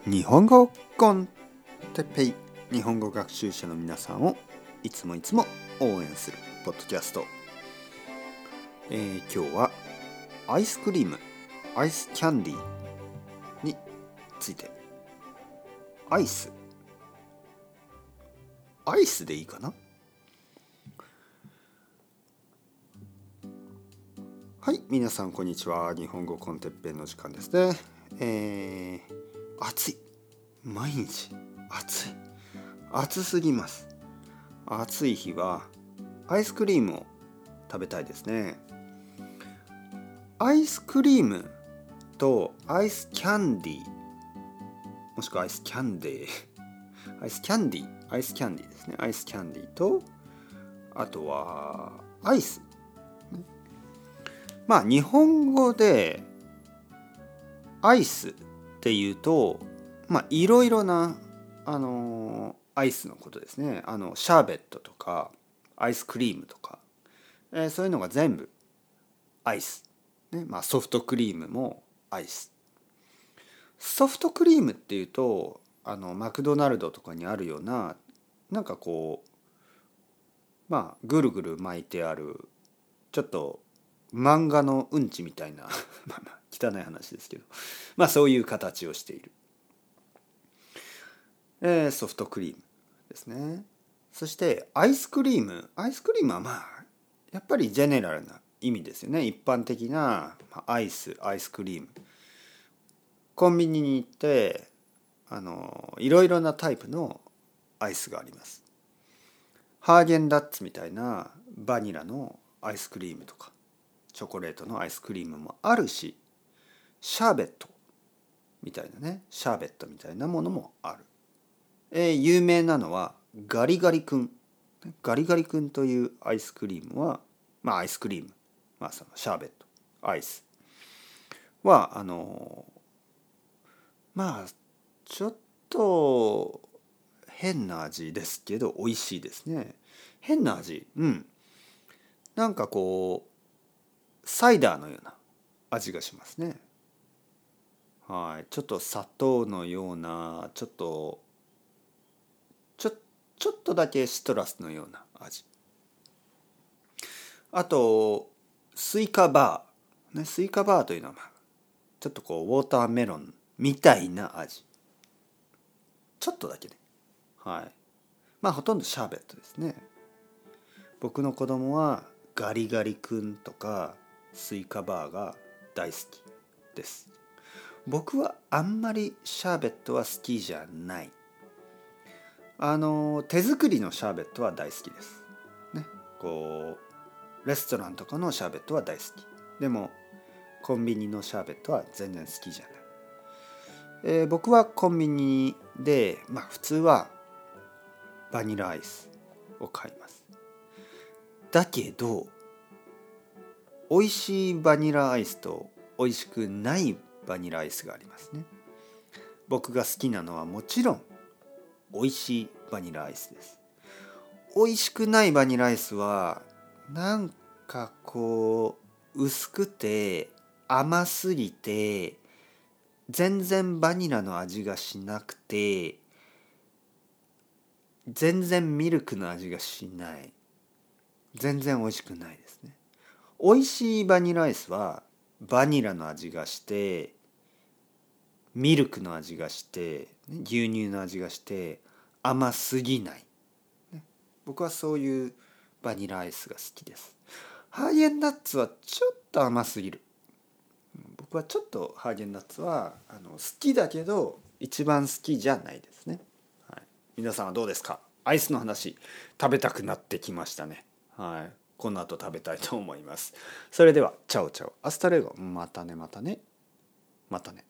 日本語コンテッペイ、日本語学習者の皆さんをいつも応援するポッドキャスト。今日はアイスクリーム、アイスキャンディーについて。アイスでいいかな。はい、皆さんこんにちは。日本語コンテッペイの時間ですね。暑い、毎日暑すぎます。暑い日はアイスクリームを食べたいですね。アイスクリームとアイスキャンディー、もしくはアイスキャンデーアイスキャンディーですね。アイスキャンディーと、あとはアイス。日本語でアイスっていうと、いろいろなアイスのことですね。シャーベットとかアイスクリームとか、そういうのが全部アイス、ね。ソフトクリームもアイス。ソフトクリームっていうとマクドナルドとかにあるような、なんかこうぐるぐる巻いてある、ちょっと漫画のうんちみたいな汚い話ですけど、そういう形をしている、ソフトクリームですね。そしてアイスクリームはやっぱりジェネラルな意味ですよね。一般的なアイスクリーム。コンビニに行っていろいろなタイプのアイスがあります。ハーゲンダッツみたいなバニラのアイスクリームとか、チョコレートのアイスクリームもあるし、シャーベットみたいなものもある。有名なのはガリガリ君というアイスクリームは、アイスクリーム、そのシャーベットアイスはちょっと変な味ですけど美味しいですね。変な味、なんかこうサイダーのような味がしますね。はい、ちょっと砂糖のような、ちょっとだけシトラスのような味。あとスイカバーというのはちょっとこうウォーターメロンみたいな味。ちょっとだけね。はい。ほとんどシャーベットですね。僕の子供はガリガリ君とかスイカバーが大好きです。僕はあんまりシャーベットは好きじゃない。手作りのシャーベットは大好きです。ね。こうレストランとかのシャーベットは大好き。でもコンビニのシャーベットは全然好きじゃない。僕はコンビニで普通はバニラアイスを買います。だけど美味しいバニラアイスと美味しくないバニラアイスがありますね。僕が好きなのはもちろん美味しいバニラアイスです。美味しくないバニラアイスはなんかこう薄くて甘すぎて全然バニラの味がしなくて、全然ミルクの味がしない。全然美味しくないですね。美味しいバニラアイスはバニラの味がして、ミルクの味がして、牛乳の味がして甘すぎない。僕はそういうバニラアイスが好きです。ハーゲンダッツはちょっと甘すぎる。僕はちょっとハーゲンダッツは好きだけど一番好きじゃないですね。はい、皆さんはどうですか？アイスの話食べたくなってきましたね。はい、この後食べたいと思います。それではチャオチャオアスタレゴ、またね。